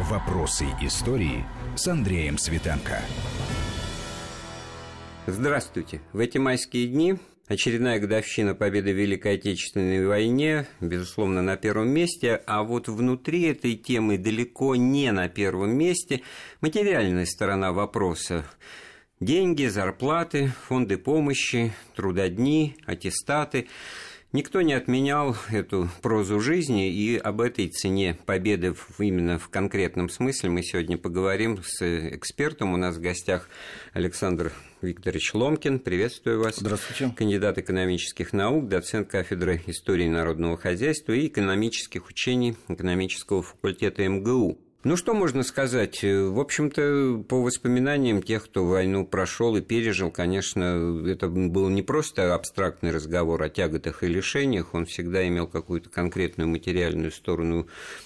Вопросы истории с Андреем Светенко. Здравствуйте. В эти майские дни очередная годовщина победы в Великой Отечественной войне, безусловно, на первом месте, а вот внутри этой темы далеко не на первом месте материальная сторона вопроса. Деньги, зарплаты, фонды помощи, трудодни, аттестаты. Никто не отменял эту прозу жизни, и об этой цене победы именно в конкретном смысле мы сегодня поговорим с экспертом. У нас в гостях Александр Викторович Ломкин. Приветствую вас. Здравствуйте. Кандидат экономических наук, доцент кафедры истории народного хозяйства и экономических учений экономического факультета МГУ. Ну, что можно сказать? В общем-то, по воспоминаниям тех, кто войну прошел и пережил, конечно, это был не просто абстрактный разговор о тяготах и лишениях, он всегда имел какую-то конкретную материальную сторону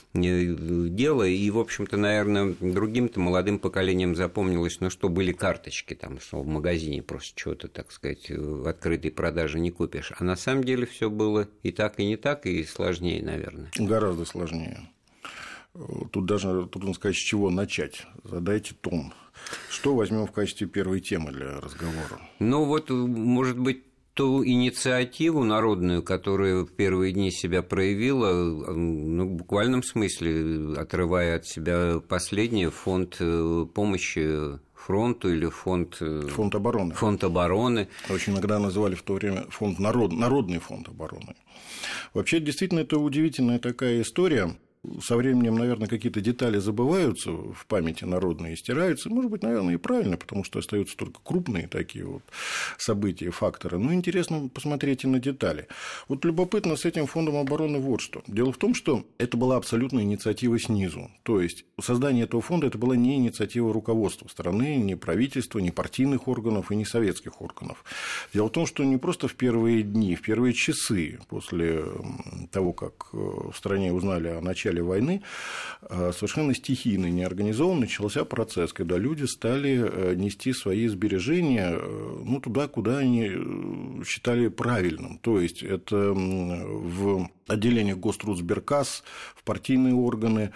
дела, и, в общем-то, наверное, другим-то молодым поколением запомнилось, ну, что были карточки, там, что в магазине просто чего-то, так сказать, в открытой продаже не купишь. А на самом деле все было и так, и не так, и сложнее, наверное. Гораздо сложнее. Тут нужно сказать, с чего начать. Задайте тон. Что возьмем в качестве первой темы для разговора? Ну, вот, может быть, ту инициативу народную, которая в первые дни себя проявила, ну, в буквальном смысле, отрывая от себя последнее, фонд помощи фронту или фонд обороны. Фонд обороны. Очень иногда называли в то время фонд народный фонд обороны. Вообще, действительно, это удивительная такая история. Со временем, наверное, какие-то детали забываются в памяти народной и стираются. Может быть, наверное, и правильно, потому что остаются только крупные такие вот события, факторы. Но интересно посмотреть и на детали. Вот любопытно с этим фондом обороны вот что. Дело в том, что это была абсолютная инициатива снизу. То есть создание этого фонда – это была не инициатива руководства страны, ни правительства, ни партийных органов и ни советских органов. Дело в том, что не просто в первые дни, в первые часы после того, как в стране узнали о начале войны, совершенно стихийно, неорганизованно начался процесс, когда люди стали нести свои сбережения туда, куда они считали правильным. То есть это в отделениях Гострудсберкасс, в партийные органы,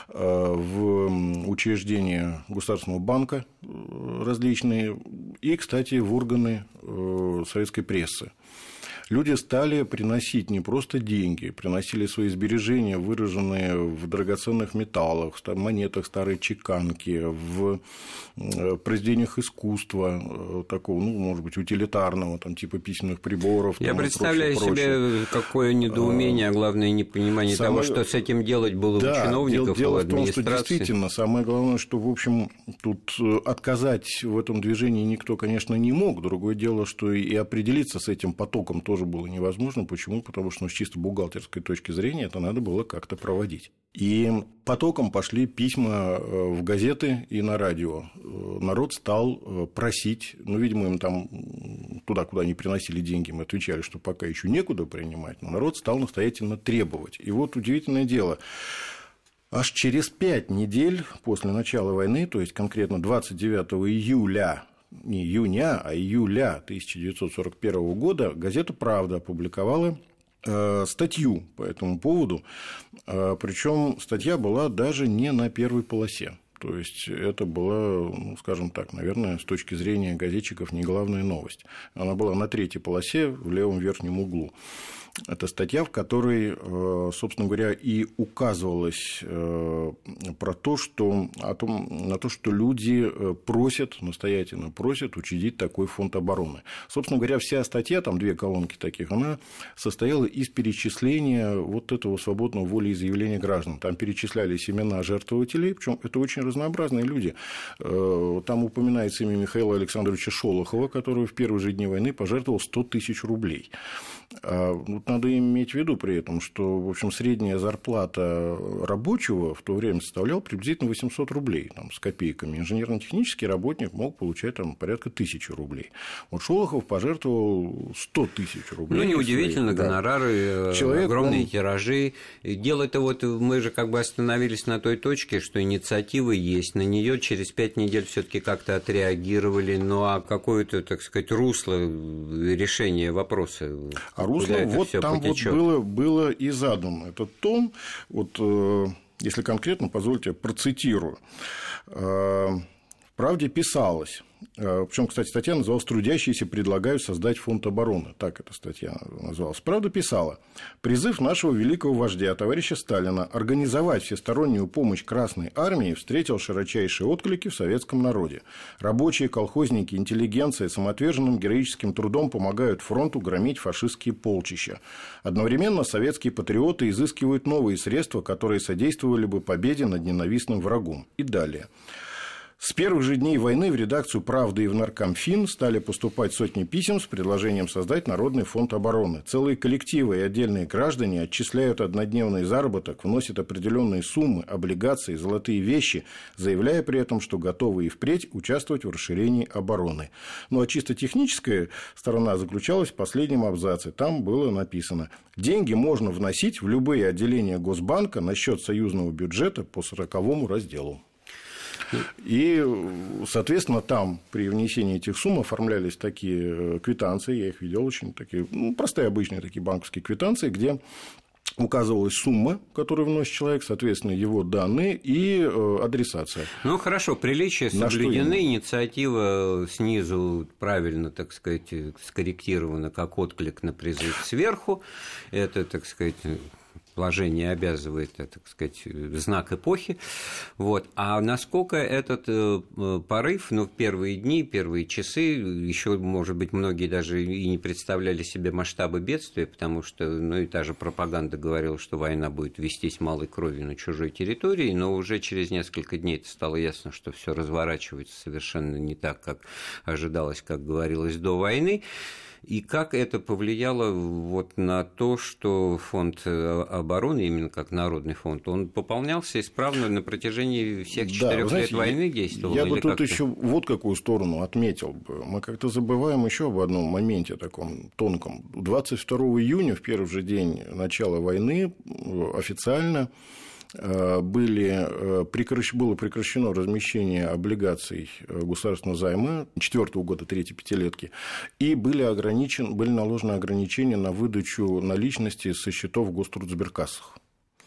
в учреждения Государственного банка различные и, кстати, в органы советской прессы. Люди стали приносить не просто деньги, приносили свои сбережения, выраженные в драгоценных металлах, в монетах старой чеканки, в произведениях искусства, такого, может быть, утилитарного, там, типа письменных приборов. Я представляю себе, какое недоумение, а главное, непонимание того, что с этим делать было у чиновников, дело у в администрации. том, что действительно, самое главное, что, в общем, тут отказать в этом движении никто, конечно, не мог. Другое дело, что и определиться с этим потоком тоже было невозможно. Почему? Потому что с чисто бухгалтерской точки зрения это надо было как-то проводить. И потоком пошли письма в газеты и на радио. Народ стал просить, видимо, им там туда, куда они приносили деньги, мы отвечали, что пока еще некуда принимать, но народ стал настоятельно требовать. И вот удивительное дело. Аж через 5 недель после начала войны, то есть конкретно 29 июля, не июня, а июля 1941 года, газета «Правда» опубликовала статью по этому поводу, причем статья была даже не на первой полосе. То есть это была, скажем так, наверное, с точки зрения газетчиков не главная новость. Она была на 3-й полосе в левом верхнем углу. Это статья, в которой, собственно говоря, и указывалось про то, на то, что люди просят, настоятельно просят учредить такой фонд обороны. Собственно говоря, вся статья, там 2 колонки таких, она состояла из перечисления вот этого свободного волеизъявления граждан. Там перечислялись имена жертвователей, причем это очень разнообразные люди. Там упоминается имя Михаила Александровича Шолохова, который в первые же дни войны пожертвовал 100 тысяч рублей. Надо иметь в виду при этом, что, в общем, средняя зарплата рабочего в то время составляла приблизительно 800 рублей там, с копейками. Инженерно-технический работник мог получать там, порядка 1000 рублей. Вот Шолохов пожертвовал 100 тысяч рублей. Неудивительно, гонорары, огромные тиражи. Дело-то вот мы же как бы остановились на той точке, что инициатива есть. На нее через 5 недель все-таки как-то отреагировали. Ну а какое-то, так сказать, русло решения вопроса? А русло вот там вот было и задано. Этот том, вот Если конкретно, позвольте, процитирую. В «Правде» писалось, причем, кстати, статья называлась «Трудящиеся предлагают создать фонд обороны». Так эта статья называлась. «Правда» писала: «Призыв нашего великого вождя, товарища Сталина, организовать всестороннюю помощь Красной Армии встретил широчайшие отклики в советском народе. Рабочие, колхозники, интеллигенция самоотверженным героическим трудом помогают фронту громить фашистские полчища. Одновременно советские патриоты изыскивают новые средства, которые содействовали бы победе над ненавистным врагом». И далее. С первых же дней войны в редакцию «Правды» и в Наркомфин стали поступать сотни писем с предложением создать Народный фонд обороны. Целые коллективы и отдельные граждане отчисляют однодневный заработок, вносят определенные суммы, облигации, золотые вещи, заявляя при этом, что готовы и впредь участвовать в расширении обороны. Ну а чисто техническая сторона заключалась в последнем абзаце. Там было написано: деньги можно вносить в любые отделения Госбанка на счет союзного бюджета по 40-му разделу. И, соответственно, там при внесении этих сумм оформлялись такие квитанции, я их видел, очень такие, простые обычные такие банковские квитанции, где указывалась сумма, которую вносит человек, соответственно, его данные и адресация. Ну, хорошо, приличия соблюдены, инициатива снизу правильно, так сказать, скорректирована как отклик на призыв сверху. Это, так сказать, положение обязывает, так сказать, знак эпохи. Вот. А насколько этот порыв, в первые дни, первые часы, еще, может быть, многие даже и не представляли себе масштабы бедствия, потому что, и та же пропаганда говорила, что война будет вестись малой кровью на чужой территории, но уже через несколько дней это стало ясно, что все разворачивается совершенно не так, как ожидалось, как говорилось до войны. И как это повлияло на то, что фонд обороны, именно как народный фонд, он пополнялся исправно на протяжении всех 4 лет войны действовал? Я бы тут еще вот какую сторону отметил бы. Мы как-то забываем еще об одном моменте таком тонком. 22 июня, в первый же день начала войны, официально было прекращено размещение облигаций государственного займа 4-го года 3-й пятилетки, и были наложены ограничения на выдачу наличности со счетов в гострудсберкассах.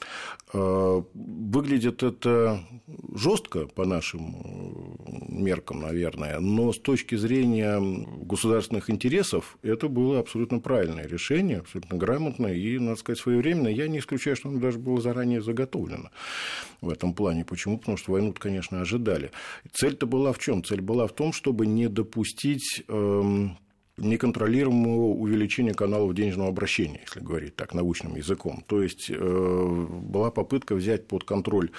Выглядит это жестко по нашим меркам, наверное, но с точки зрения государственных интересов это было абсолютно правильное решение, абсолютно грамотное и, надо сказать, своевременное. Я не исключаю, что оно даже было заранее заготовлено в этом плане. Почему? Потому что войну-то, конечно, ожидали. Цель-то была в чем? Цель была в том, чтобы не допустить неконтролируемого увеличения каналов денежного обращения, если говорить так научным языком. То есть была попытка взять под контроль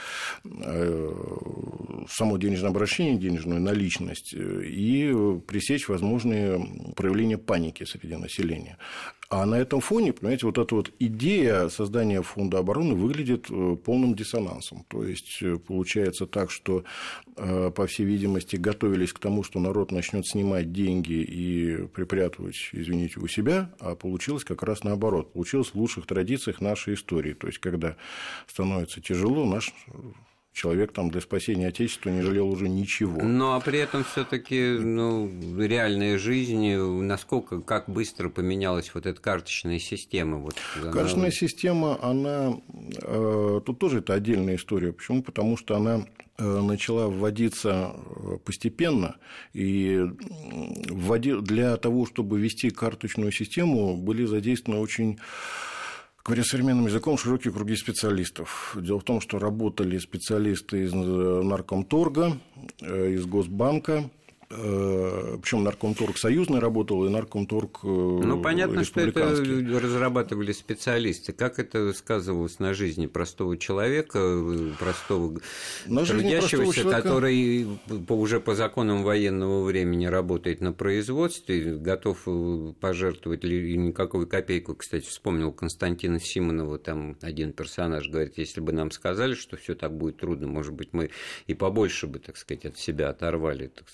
само денежное обращение, денежную наличность и пресечь возможные проявления паники среди населения. А на этом фоне, понимаете, вот эта вот идея создания фонда обороны выглядит полным диссонансом. То есть получается так, что, по всей видимости, готовились к тому, что народ начнет снимать деньги и припрятывать, извините, у себя, а получилось как раз наоборот. Получилось в лучших традициях нашей истории. То есть когда становится тяжело, наш человек там для спасения Отечества не жалел уже ничего. Ну, а при этом все-таки реальная жизнь, насколько, как быстро поменялась вот эта карточная система? Карточная система, она... Тут тоже это отдельная история. Почему? Потому что она начала вводиться постепенно, и для того, чтобы ввести карточную систему, были задействованы очень... Говоря современным языком, широкие круги специалистов. Дело в том, что работали специалисты из Наркомторга, из Госбанка, причем Наркомторг союзный работал, и Наркомторг понятно, что это разрабатывали специалисты. Как это сказывалось на жизни простого человека, простого трудящегося, который уже по законам военного времени работает на производстве, готов пожертвовать никакую копейку. Кстати, вспомнил Константина Симонова, там один персонаж говорит, если бы нам сказали, что все так будет трудно, может быть, мы и побольше бы, так сказать, от себя оторвали, так сказать, только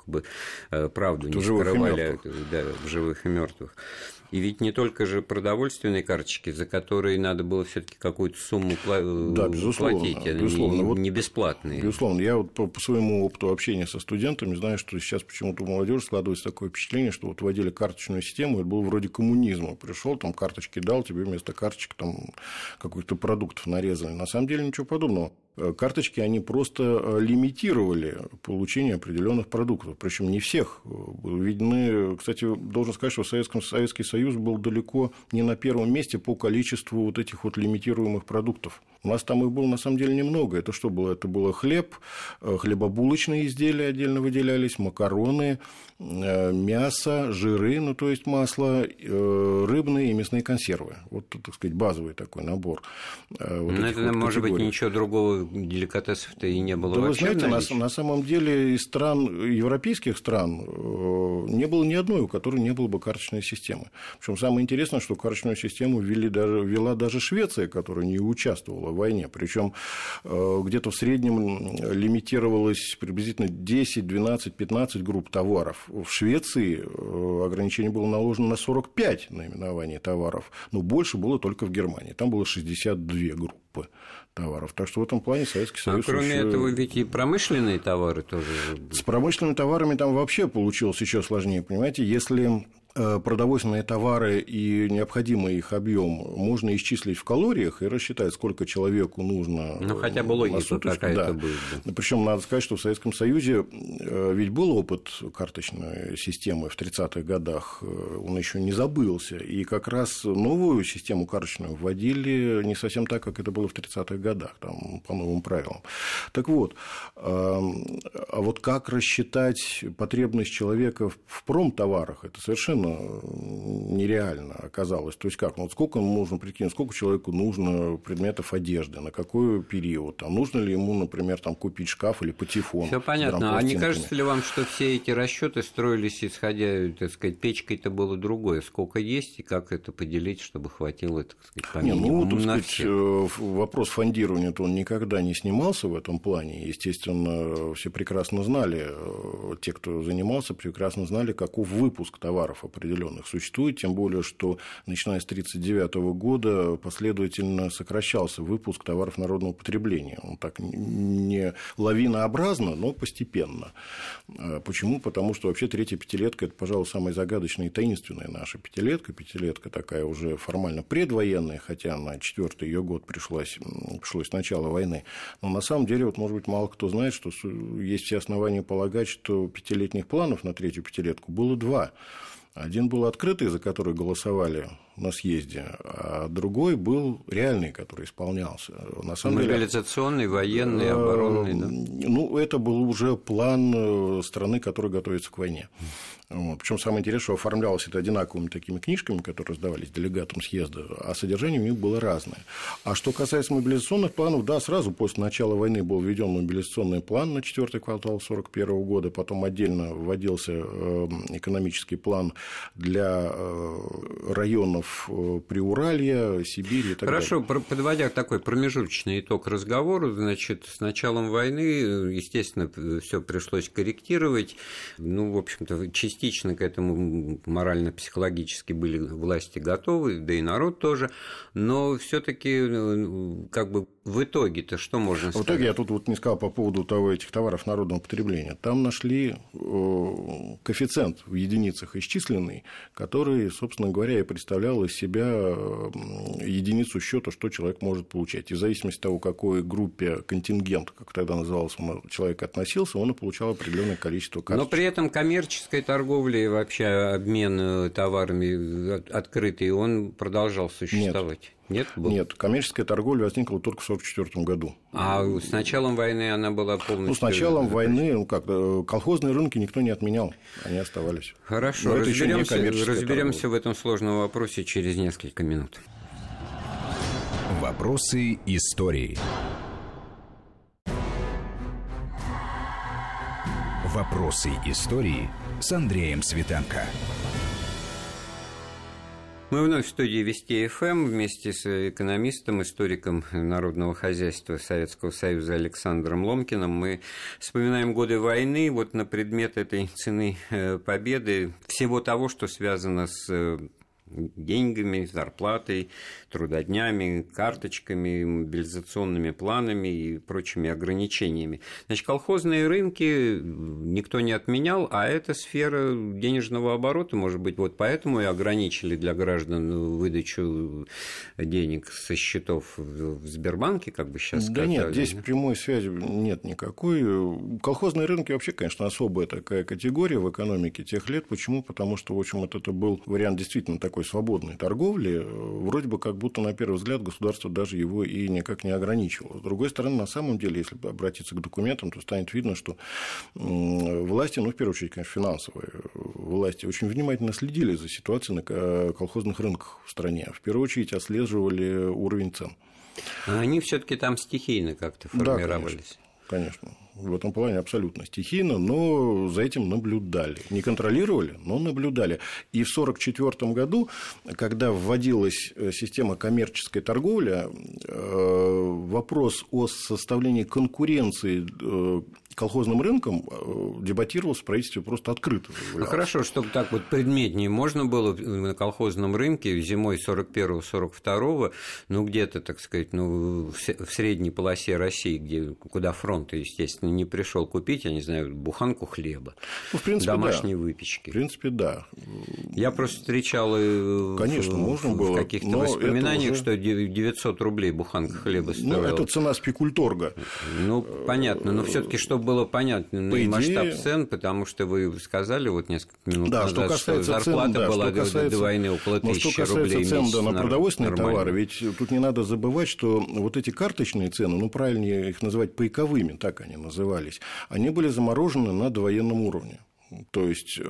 бы правду не скрывали в живых и мертвых. И ведь не только же продовольственные карточки, за которые надо было все-таки какую-то сумму платить, безусловно. Не бесплатные. Безусловно. Я вот по своему опыту общения со студентами знаю, что сейчас почему-то у молодежи складывается такое впечатление, что вот вводили карточную систему, это было вроде коммунизма. Пришел, там карточки дал, тебе вместо карточек там каких-то продуктов нарезали. На самом деле ничего подобного. Карточки, они просто лимитировали получение определенных продуктов. Причем не всех. Видны, кстати, должен сказать, что Советский Союз был далеко не на первом месте по количеству вот этих вот лимитируемых продуктов. У нас там их было на самом деле немного. Это что было? Это было хлеб, хлебобулочные изделия отдельно выделялись, макароны, мясо, жиры, ну то есть масло, рыбные и мясные консервы. Вот, так сказать, базовый такой набор. Вот это, может быть, ничего другого деликатесов-то и не было вообще. Вы знаете, на самом деле из стран, европейских стран не было ни одной, у которой не было бы карточной системы. Причем самое интересное, что карточную систему ввела даже Швеция, которая не участвовала в войне. Причем где-то в среднем лимитировалось приблизительно 10, 12, 15 групп товаров. В Швеции ограничение было наложено на 45 наименований товаров, но больше было только в Германии. Там было 62 группы товаров. Так что в этом плане Советский Союз... А кроме этого, ведь и промышленные товары тоже... С промышленными товарами там вообще получилось еще сложнее. Понимаете, если продовольственные товары и необходимый их объем можно исчислить в калориях и рассчитать, сколько человеку нужно. Ну, хотя бы логика какая-то будет. Да. Причем надо сказать, что в Советском Союзе ведь был опыт карточной системы в 30-х годах, он еще не забылся. И как раз новую систему карточную вводили не совсем так, как это было в 30-х годах, там, по новым правилам. Так вот, а вот как рассчитать потребность человека в промтоварах, это совершенно нереально оказалось. То есть как? Ну, вот сколько нужно прикинуть, сколько человеку нужно предметов одежды, на какой период, там, нужно ли ему, например, там, купить шкаф или патефон. Все понятно. А не кажется ли вам, что все эти расчеты строились, исходя, так сказать, печкой-то было другое, сколько есть и как это поделить, чтобы хватило, так сказать, по минимуму на всех? Вопрос фондирования, он никогда не снимался в этом плане. Естественно, все прекрасно знали, те, кто занимался, прекрасно знали, каков выпуск товаров определенных существует, тем более, что начиная с 1939 года последовательно сокращался выпуск товаров народного потребления. Он так не лавинообразно, но постепенно. Почему? Потому что вообще третья пятилетка – это, пожалуй, самая загадочная и таинственная наша пятилетка. Пятилетка такая уже формально предвоенная, хотя на 4-й ее год пришлось с начала войны. Но на самом деле, вот, может быть, мало кто знает, что есть все основания полагать, что пятилетних планов на третью пятилетку было два. Один был открытый, за который голосовали на съезде, а другой был реальный, который исполнялся. На самом деле, мобилизационный, военный, оборонный. Да? Ну, это был уже план страны, которая готовится к войне. Вот. Причем самое интересное, что оформлялось это одинаковыми такими книжками, которые раздавались делегатам съезда, а содержание у них было разное. А что касается мобилизационных планов, да, сразу после начала войны был введен мобилизационный план на 4-й квартал 1941 года, потом отдельно вводился экономический план для районов Приуралья, Сибири и так далее. Хорошо, подводя такой промежуточный итог разговору, значит, с началом войны, естественно, все пришлось корректировать, ну, в общем-то, частично к этому морально-психологически были власти готовы, да и народ тоже, но все-таки как бы в итоге-то что можно сказать? В итоге я тут вот не сказал по поводу этих товаров народного потребления. Там нашли коэффициент в единицах исчисленный, который, собственно говоря, и представлял из себя единицу счета, что человек может получать. И в зависимости от того, к какой группе контингент, как тогда назывался, человек относился, он и получал определенное количество карточек. Но при этом коммерческая торговля и вообще обмен товарами открытый, он продолжал существовать? Нет? Нет, коммерческая торговля возникла только в 1944 году. А с началом войны она была полностью... Ну, с началом войны, колхозные рынки никто не отменял, они оставались. Хорошо, разберемся в этом сложном вопросе через несколько минут. Вопросы истории. Вопросы истории с Андреем Светенко. Мы вновь в студии Вести ФМ вместе с экономистом, историком народного хозяйства Советского Союза Александром Ломкиным. Мы вспоминаем годы войны вот на предмет этой цены победы, всего того, что связано с деньгами, зарплатой, трудоднями, карточками, мобилизационными планами и прочими ограничениями. Значит, колхозные рынки никто не отменял, а эта сфера денежного оборота, может быть, вот поэтому и ограничили для граждан выдачу денег со счетов в Сбербанке, как бы сейчас сказали. Да нет, здесь прямой связи нет никакой. Колхозные рынки вообще, конечно, особая такая категория в экономике тех лет. Почему? Потому что, в общем, это был вариант действительно такой свободной торговли, вроде бы как будто на первый взгляд государство даже его и никак не ограничивало. С другой стороны, на самом деле, если обратиться к документам, то станет видно, что власти, в первую очередь, конечно, финансовые власти, очень внимательно следили за ситуацией на колхозных рынках в стране. В первую очередь, отслеживали уровень цен. А они все-таки там стихийно как-то формировались. Да, конечно. В этом плане абсолютно стихийно, но за этим наблюдали. Не контролировали, но наблюдали. И в 1944 году, когда вводилась система коммерческой торговли, вопрос о составлении конкуренции колхозным рынком дебатировался в правительстве просто открыто. Ну, хорошо, чтобы так вот предметнее можно было на колхозном рынке зимой 41-42, где-то, так сказать, в средней полосе России, куда фронт, естественно, не пришел купить, я не знаю, буханку хлеба, в принципе, домашней выпечки. В принципе, да. Я просто встречал конечно, можно было, в каких-то воспоминаниях, что 900 рублей буханка хлеба стоила. Это цена спекульторга. Понятно, но все-таки, чтобы было понятно масштаб цен, потому что вы сказали вот несколько минут назад, что зарплата была до войны около 1000 рублей в месяц. На продовольственные товары, ведь тут не надо забывать, что вот эти карточные цены, правильнее их называть пайковыми, так они назывались, они были заморожены на довоенном уровне. То есть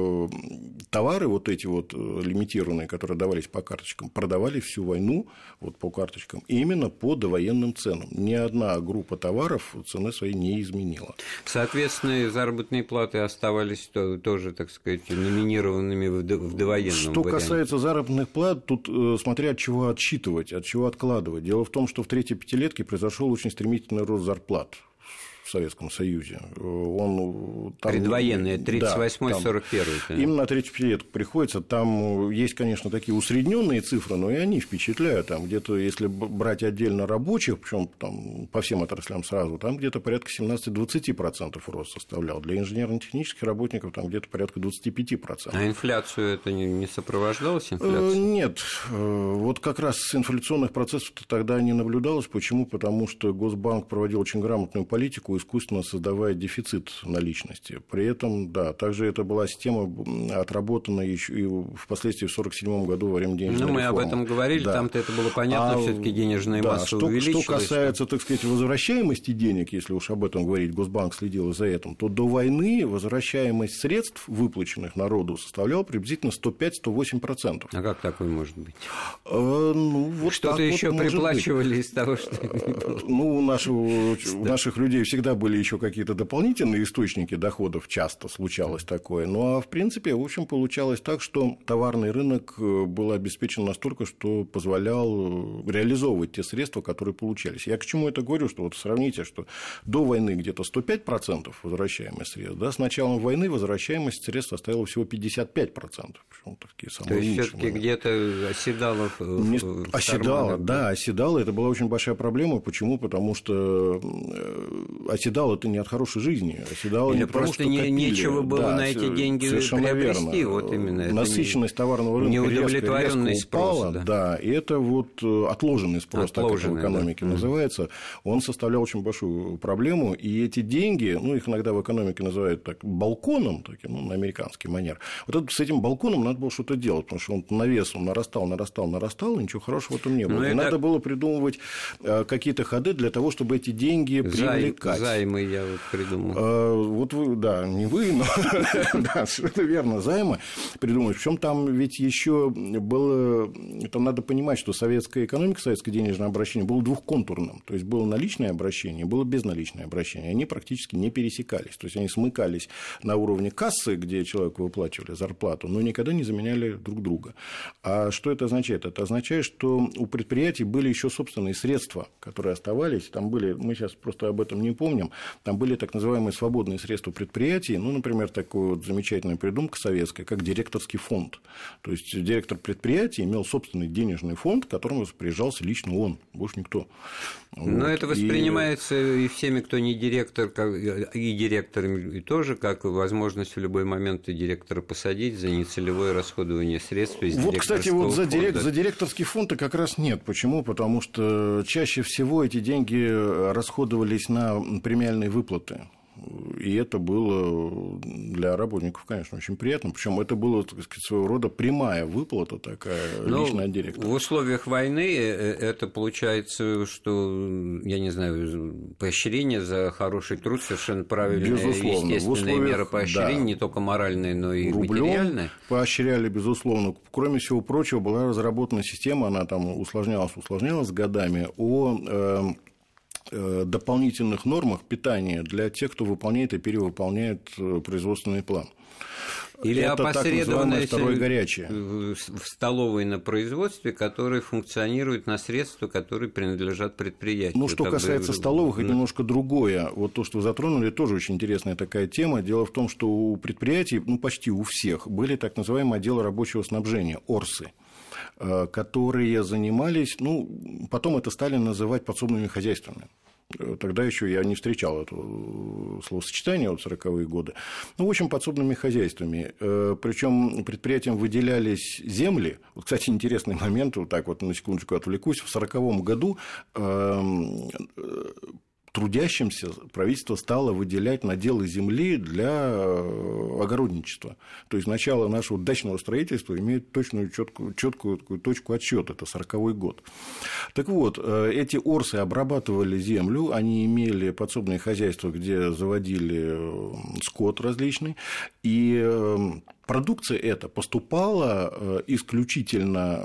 товары вот эти вот лимитированные, которые давались по карточкам, продавали всю войну вот по карточкам именно по довоенным ценам. Ни одна группа товаров цены своей не изменила. Соответственно, заработные платы оставались тоже, так сказать, номинированными в довоенном Что варианте. Касается заработных плат, тут смотря от чего отсчитывать, от чего откладывать. Дело в том, что в третьей пятилетке произошел очень стремительный рост зарплат в Советском Союзе. Предвоенные, 38-41. Именно на третью пятилетку приходится. Там есть, конечно, такие усредненные цифры, но и они впечатляют. Там где-то, если брать отдельно рабочих, причем там по всем отраслям сразу, там где-то порядка 17-20% рост составлял. Для инженерно-технических работников там где-то порядка 25%. А инфляцию это не сопровождалось? Нет. Вот как раз с инфляционных процессов тогда не наблюдалось. Почему? Потому что Госбанк проводил очень грамотную политику, искусственно создавая дефицит наличности. При этом, да, также это была система, отработана еще и впоследствии в 1947 году во время денежной реформы. Мы об этом говорили, да. Там-то это было понятно, все-таки денежная масса увеличилась. Что касается, так сказать, возвращаемости денег, если уж об этом говорить, Госбанк следил за этим, то до войны возвращаемость средств, выплаченных народу, составляла приблизительно 105-108%. А как такое может быть? Вот что-то еще приплачивали из того, что... У наших людей всегда были еще какие-то дополнительные источники доходов, часто случалось такое. Ну, а в принципе, в общем, получалось так, что товарный рынок был обеспечен настолько, что позволял реализовывать те средства, которые получались. Я к чему это говорю, что вот сравните, что до войны где-то 105% возвращаемость средств, да, с началом войны возвращаемость средств составила всего 55%. Причем такие самые лучшие. То есть, все-таки где-то оседало оседало. Это была очень большая проблема. Почему? Потому что оседало это не от хорошей жизни, оседало не потому, что копили. Нечего было на эти деньги приобрести. Вот именно. Насыщенность товарного рынка резко упала. Да, и это вот отложенный спрос, так это в экономике называется, он составлял очень большую проблему. И эти деньги, их иногда в экономике называют так балконом, таким, на американский манер. Вот с этим балконом надо было что-то делать, потому что он навес нарастал, и ничего хорошего в этом не было. И надо было придумывать какие-то ходы для того, чтобы эти деньги привлекать привлекать. Займы я вот придумал. Вот вы, да, не вы, но да, совершенно верно, займы придумали. Причем там ведь еще было, там надо понимать, что советская экономика, советское денежное обращение было двухконтурным. То есть было наличное обращение, было безналичное обращение. Они практически не пересекались. То есть они смыкались на уровне кассы, где человеку выплачивали зарплату, но никогда не заменяли друг друга. А что это означает? Это означает, что у предприятий были еще собственные средства, которые оставались. Там были, мы сейчас просто об этом не помним, там были так называемые свободные средства предприятий, ну, например, такая вот замечательная придумка советская, как директорский фонд. То есть директор предприятия имел собственный денежный фонд, которым распоряжался лично он, больше никто. Но вот. Это воспринимается и всеми, кто не директор, и директорами тоже, как возможность в любой момент и директора посадить за нецелевое расходование средств из вот, кстати, вот за директорский фонд-то как раз нет. Почему? Потому что чаще всего эти деньги расходовались на премиальные выплаты. И это было для работников, конечно, очень приятно. Причем это было, так сказать, своего рода прямая выплата такая, личная от директора. В условиях войны это получается, что, я не знаю, поощрение за хороший труд совершенно правильная, естественная мера поощрения, да, не только моральная, но и материальная. Поощряли, безусловно. Кроме всего прочего, была разработана система, она там усложнялась с годами, о дополнительных нормах питания для тех, кто выполняет и перевыполняет производственный план. Или опосредованное второе горячее. В столовой на производстве, которые функционируют на средства, которые принадлежат предприятию. Ну, что касается столовых, это немножко другое. Вот то, что вы затронули, тоже очень интересная такая тема. Дело в том, что у предприятий, ну, почти у всех, были так называемые отделы рабочего снабжения, ОРСы, которые занимались, ну, потом это стали называть подсобными хозяйствами. Тогда еще я не встречал это словосочетание, вот 40-е годы. Ну, в общем, подсобными хозяйствами. Причем предприятиям выделялись земли. Вот, кстати, интересный момент, вот так вот на секундочку отвлекусь. В 1940 году трудящимся правительство стало выделять наделы земли для огородничества. То есть начало нашего дачного строительства имеет точную, четкую точку отсчета. Это 1940 год. Так вот, эти орсы обрабатывали землю, они имели подсобные хозяйства, где заводили скот различный, и продукция эта поступала исключительно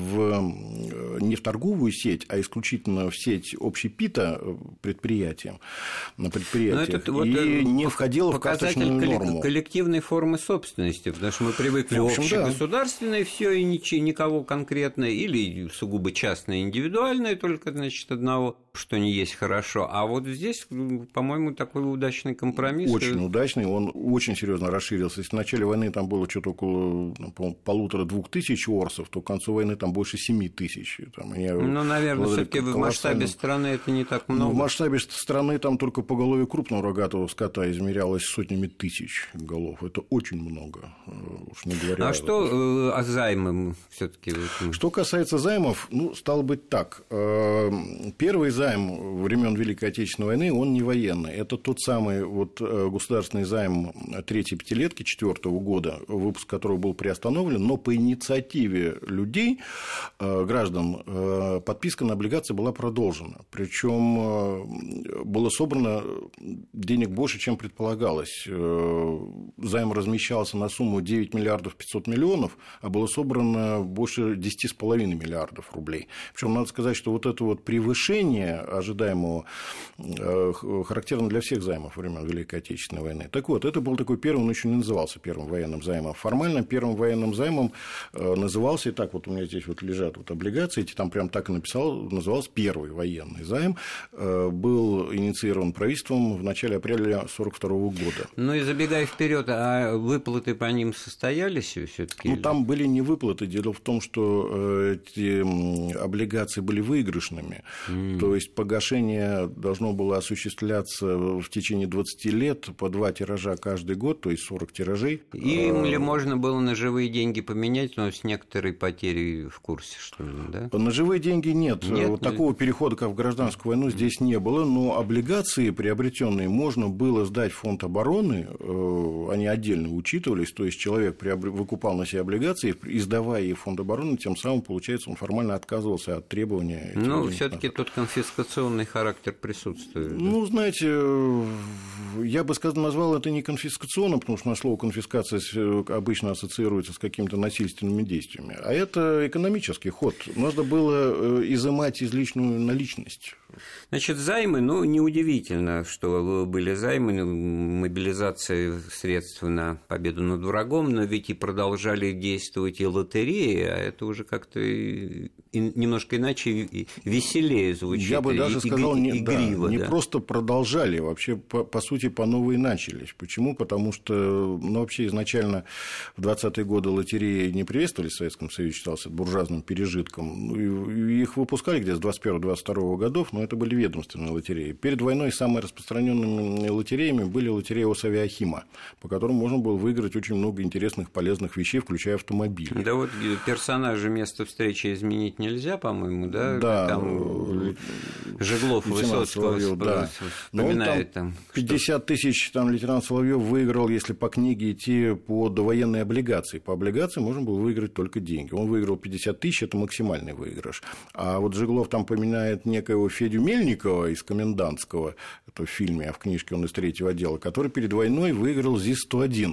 не в торговую сеть, а исключительно в сеть общепита предприятиям, на предприятиях, и не входила в карточную норму. Показатель коллективной формы собственности, потому что мы привыкли общегосударственное, все и никого конкретно, или сугубо частное, индивидуальное, только, значит, одного, что не есть хорошо. А вот здесь, по-моему, такой удачный компромисс. Очень удачный, он очень серьезно расширился. Если в начале войны там было что-то около 1500-2000 орсов, то к концу войны там больше 7000. Ну, наверное, все-таки в масштабе страны это не так много. В масштабе страны там только поголовье крупного рогатого скота измерялось сотнями тысяч голов. Это очень много, уж не говоря. А что о займах все-таки? Что касается займов, ну, стало быть так. Первый займ времен Великой Отечественной войны, он не военный. Это тот самый вот государственный займ третьей пятилетки 2004 года, выпуск которого был приостановлен, но по инициативе людей, граждан, подписка на облигации была продолжена. Причем было собрано денег больше, чем предполагалось. Займ размещался на сумму 9 миллиардов 500 миллионов, а было собрано больше 10,5 миллиардов рублей. Причем надо сказать, что вот это вот превышение ожидаемого характерно для всех займов времен Великой Отечественной войны. Так вот, это был такой первый, он еще не назывался первым военным займом. Формально первым военным займом назывался, и так вот у меня здесь вот лежат вот облигации, эти там прям так и назывался первый военный займ, был инициирован правительством в начале апреля 1942 года. Ну и забегая вперед, а выплаты по ним состоялись все-таки? Ну, там были не выплаты. Дело в том, что эти облигации были выигрышными. То есть погашение должно было осуществляться в течение 20 лет по 2 тиража каждый год, то есть 40 тиражей. И думали, можно было на живые деньги поменять, но с некоторой потерей в курсе, что ли, да? На живые деньги нет. Вот такого перехода, как в гражданскую войну, здесь не было, но облигации, приобретенные, можно было сдать в фонд обороны, они отдельно учитывались, то есть человек выкупал на себе облигации, и сдавая их в фонд обороны, тем самым, получается, он формально отказывался от требования. Ну, все-таки тут конфискационный характер присутствует. Ну, знаете, я бы назвал это не конфискационным, потому что слово конфискация обычно ассоциируется с какими-то насильственными действиями, а это экономический ход. Нужно было изымать излишнюю наличность. Значит, займы, ну, неудивительно, что были займы, мобилизация средств на победу над врагом, но ведь и продолжали действовать и лотереи, а это уже как-то немножко иначе и веселее звучит. Я бы даже сказал, не да. просто продолжали, вообще, по сути, по новой начались. Почему? Потому что, вообще изначально в 20-е годы лотереи не приветствовались в Советском Союзе, считался буржуазным пережитком. Их выпускали где-то с 21-22 годов, но это были ведомственные лотереи. Перед войной самыми распространенными лотереями были лотереи Осавиахима, по которым можно было выиграть очень много интересных, полезных вещей, включая автомобили. Да, вот персонажа места встречи изменить нельзя, по-моему, да? Да. Там Жеглов, Высоцкого вспоминает. Там 50 тысяч лейтенант Соловьев выиграл, если по книге идти под военные облигации. По облигациям можно было выиграть только деньги. Он выиграл 50 тысяч, это максимальный выигрыш. А вот Жеглов там поминает некоего Федю Мельникова из «Комендантского», это в фильме, а в книжке он из 3-го отдела, который перед войной выиграл ЗИС-101.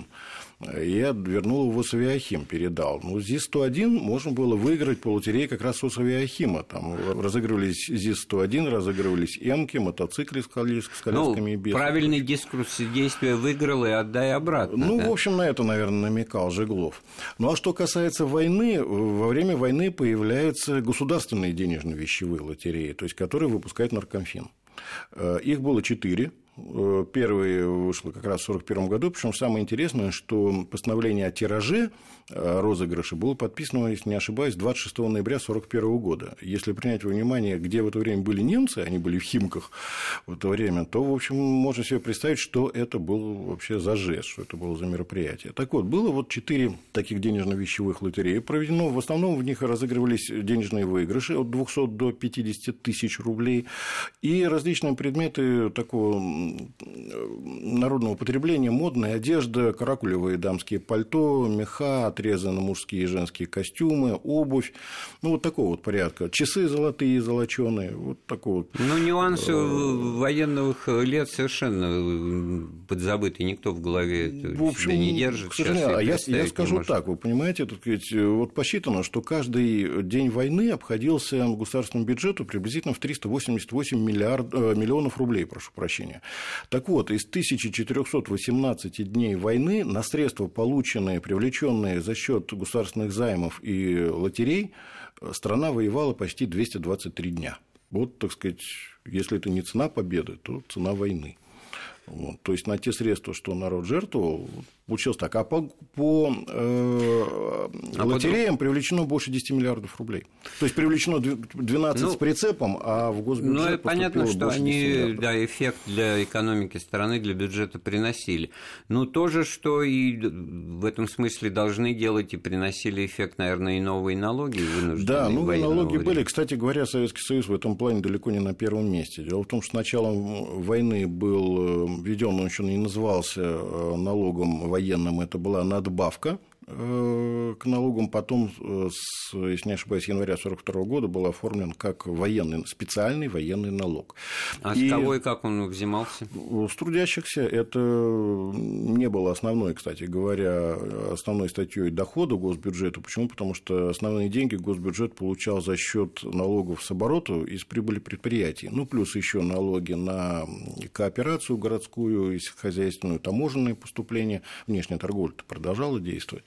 Я вернул его в Осавиахим, передал. Ну, ЗИС-101 можно было выиграть по лотерее как раз с Осавиахима. Там разыгрывались ЗИС-101, разыгрывались Эмки, мотоциклы с колясками и без. Правильный дискурс действия выиграл и отдай обратно. Ну, да? В общем, на это, наверное, намекал Жеглов. Ну, а что касается войны, во время войны появляются государственные денежно-вещевые лотереи, то есть которые выпускает Наркомфин. Их было 4. Первый вышел как раз в 1941 году, причем самое интересное, что постановление о тираже розыгрыша было подписано, если не ошибаюсь, 26 ноября 1941 года. Если принять во внимание, где в это время были немцы, они были в Химках в это время, то, в общем, можно себе представить, что это был вообще за жест, что это было за мероприятие. Так вот, было вот 4 таких денежно-вещевых лотереи проведено, в основном в них разыгрывались денежные выигрыши от 200 до 50 тысяч рублей и различные предметы такого народного потребления, модная одежда, каракулевые дамские пальто, меха, отрезаны мужские и женские костюмы, обувь, ну, вот такого вот порядка. Часы золотые, золоченые, вот такого вот. Ну, нюансы военных лет совершенно подзабыты, никто в голове это в общем, не держит. К сожалению, я скажу так, вы понимаете, вот посчитано, что каждый день войны обходился государственному бюджету приблизительно в 388 миллионов рублей, прошу прощения. Так вот, из 1418 дней войны на средства, полученные, привлеченные за счет государственных займов и лотерей, страна воевала почти 223 дня. Вот, так сказать, если это не цена победы, то цена войны. Вот, то есть на те средства, что народ жертвовал, получилось так. А по лотереям привлечено больше 10 миллиардов рублей. То есть привлечено 12 с прицепом, а в госбюджет поступило понятно, что больше 10 миллиардов. Да, эффект для экономики страны, для бюджета приносили. Ну, то же, что и в этом смысле должны делать и приносили эффект, наверное, и новые налоги вынужденные. Да, новые налоги были. Кстати говоря, Советский Союз в этом плане далеко не на первом месте. Дело в том, что с началом войны был введен, он еще не назывался налогом военным, это была надбавка к налогам, потом, если не ошибаюсь, с января 1942 года был оформлен как специальный военный налог. А с кого и как он взимался? С трудящихся. Это не было основной, кстати говоря, основной статьей дохода госбюджета. Почему? Потому что основные деньги госбюджет получал за счет налогов с оборота из прибыли предприятий. Ну, плюс еще налоги на кооперацию городскую, хозяйственную, таможенные поступления. Внешняя торговля продолжала действовать.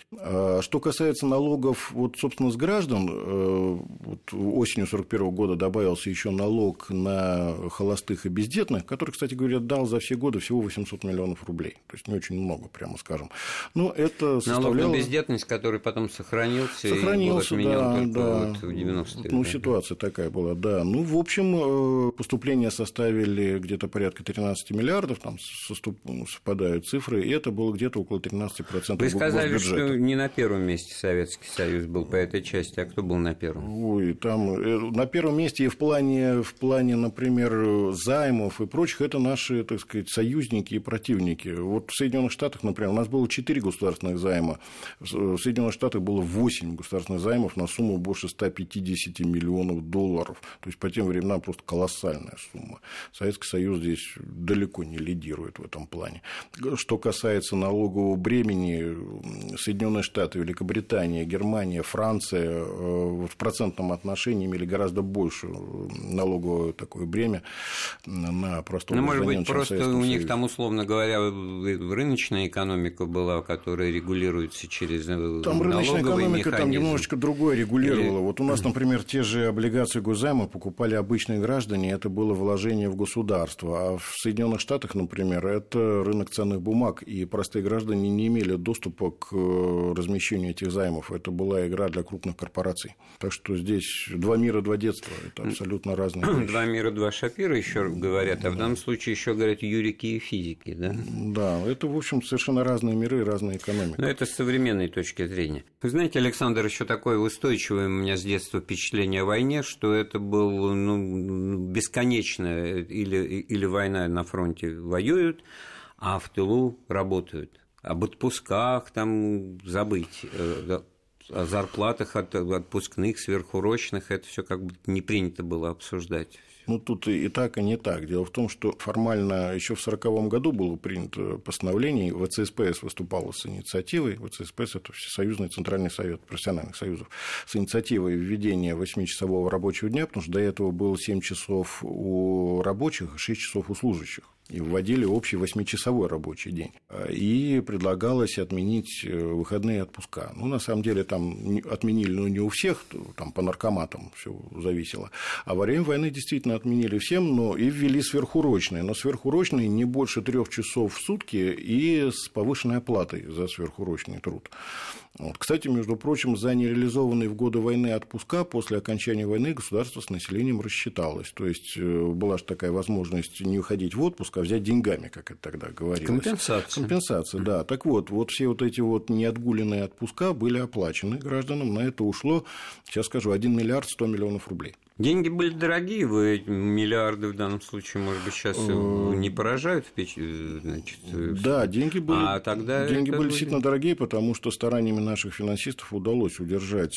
Что касается налогов, вот, собственно, с граждан, вот осенью 1941 года добавился еще налог на холостых и бездетных, который, кстати говоря, дал за все годы всего 800 миллионов рублей. То есть не очень много, прямо скажем. Но это составляло... Налог на бездетность, который потом сохранился и был отменен только вот в 90-е. Ну, ситуация такая была, да. Ну, в общем, поступления составили где-то порядка 13 миллиардов, там совпадают цифры, и это было где-то около 13% Вы сказали, госбюджета. что не на первом месте Советский Союз был по этой части, а кто был на первом? Ой, там на первом месте и в плане, например, займов и прочих, это наши, так сказать, союзники и противники. Вот в Соединенных Штатах, например, у нас было 4 государственных займа, в Соединенных Штатах было 8 государственных займов на сумму больше 150 миллионов долларов. То есть по тем временам просто колоссальная сумма. Советский Союз здесь далеко не лидирует в этом плане. Что касается налогового бремени, Соединенные Штаты, Великобритания, Германия, Франция в процентном отношении имели гораздо больше налоговое такое бремя на простого гражданина, может быть, просто у них Союзе. там, условно говоря, рыночная экономика была, которая регулируется через налоговый там рыночная экономика механизм. там немножечко другое регулировала. Вот у нас, например, те же облигации госзайма покупали обычные граждане, это было вложение в государство. А в Соединенных Штатах, например, это рынок ценных бумаг, и простые граждане не имели доступа к размещению этих займов. Это была игра для крупных корпораций. Так что здесь два мира, два детства. Это абсолютно разные вещи. Два мира, два шапира, еще говорят, а в данном случае еще говорят юрики и физики, да? Да, это, в общем, совершенно разные миры и разные экономики. Но это с современной точки зрения. Вы знаете, Александр, еще такое устойчивое у меня с детства впечатление о войне, что это был бесконечно или война на фронте воюют, а в тылу работают. Об отпусках там забыть, о зарплатах отпускных, сверхурочных, это все как бы не принято было обсуждать. Ну, тут и так, и не так. Дело в том, что формально еще в 1940 году было принято постановление, ВЦСПС выступала с инициативой, ВЦСПС – это Всесоюзный Центральный Совет профессиональных союзов, с инициативой введения 8-часового рабочего дня, потому что до этого было 7 часов у рабочих и 6 часов у служащих. И вводили общий 8-часовой рабочий день. И предлагалось отменить выходные отпуска. Ну, на самом деле, там отменили, но не у всех, там по наркоматам все зависело. А во время войны действительно отменили всем, но и ввели сверхурочные. Но сверхурочные не больше 3 часов в сутки и с повышенной оплатой за сверхурочный труд. Вот. Кстати, между прочим, за нереализованные в годы войны отпуска после окончания войны государство с населением рассчиталось. То есть была же такая возможность не уходить в отпуск, а взять деньгами, как это тогда говорилось. Компенсация, да. Так вот все вот эти вот неотгуленные отпуска были оплачены гражданам. На это ушло, сейчас скажу, 1 миллиард 100 миллионов рублей. Деньги были дорогие, вы миллиарды в данном случае, может быть, сейчас не поражают, значит, да, деньги были действительно дорогие, потому что стараниями наших финансистов удалось удержать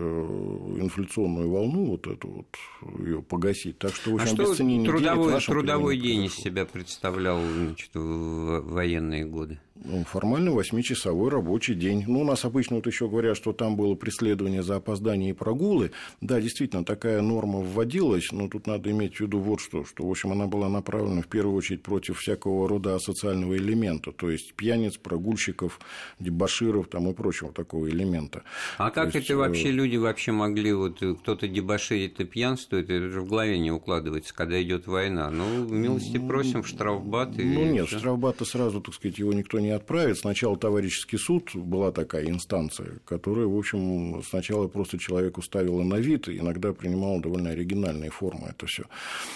инфляционную волну, вот эту вот, ее погасить. Так что, в общем, обесценение денег трудовой день из себя представлял, значит, в военные годы? Формально 8-часовой рабочий день. Ну, у нас обычно вот еще говорят, что там было преследование за опоздание и прогулы. Да, действительно, такая норма вводилась, но тут надо иметь в виду вот что, в общем, она была направлена в первую очередь против всякого рода асоциального элемента, то есть пьяниц, прогульщиков, дебоширов там, и прочего такого элемента. А как это вообще люди вообще могли, вот кто-то дебоширит и пьянствует, это же в голове не укладывается, когда идет война. Ну, милости просим в штрафбат. Нет, в штрафбат-то сразу, так сказать, его никто не отправит. Сначала товарищеский суд, была такая инстанция, которая, в общем, сначала просто человеку ставила на вид, и иногда принимала довольно оригинальные формы это все.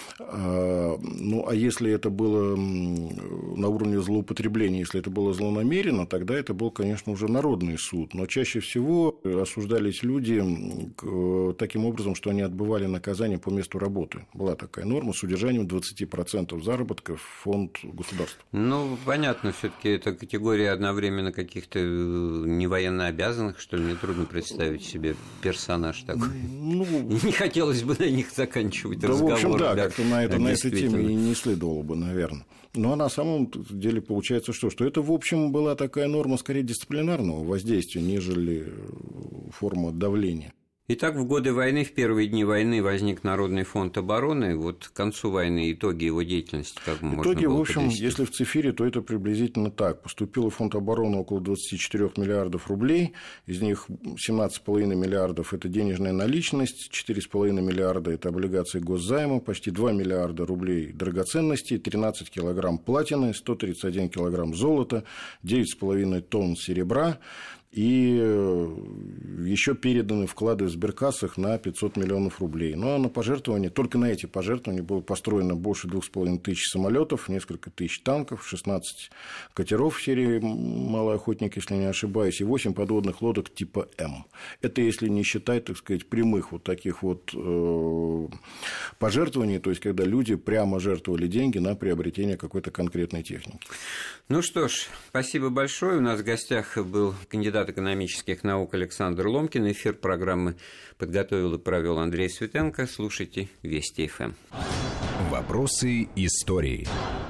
Ну, а если это было на уровне злоупотребления, если это было злонамеренно, тогда это был, конечно, уже народный суд. Но чаще всего осуждались люди таким образом, что они отбывали наказание по месту работы. Была такая норма с удержанием 20% заработка в фонд государства. Ну, понятно, все-таки это категория одновременно каких-то невоенно обязанных, что ли, мне трудно представить себе персонаж такой. Ну, не хотелось бы на них заканчивать разговор. В общем, да, как-то на этой теме и не следовало бы, наверное. Ну, а на самом деле получается, что это, в общем, была такая норма скорее дисциплинарного воздействия, нежели форма давления. Итак, в годы войны, в первые дни войны возник Народный фонд обороны. Вот к концу войны итоги его деятельности, как можно было итоги, в общем, подвести? если в цифре, то это приблизительно так. Поступило в фонд обороны около 24 миллиардов рублей, из них 17,5 миллиардов – это денежная наличность, 4,5 миллиарда – это облигации госзайма, почти 2 миллиарда рублей драгоценностей, 13 килограмм платины, 131 килограмм золота, 9,5 тонн серебра. И еще переданы вклады в сберкассах на 500 миллионов рублей. Ну, а на пожертвования, только на эти пожертвования было построено больше 2500 самолетов, несколько тысяч танков, 16 катеров в серии «Малый охотник», если не ошибаюсь, и 8 подводных лодок типа «М». Это если не считать, так сказать, прямых вот таких вот пожертвований, то есть, когда люди прямо жертвовали деньги на приобретение какой-то конкретной техники. Ну что ж, спасибо большое. У нас в гостях был кандидат экономических наук Александр Ломкин. Эфир программы подготовил и провел Андрей Светенко. Слушайте Вести ФМ. Вопросы истории.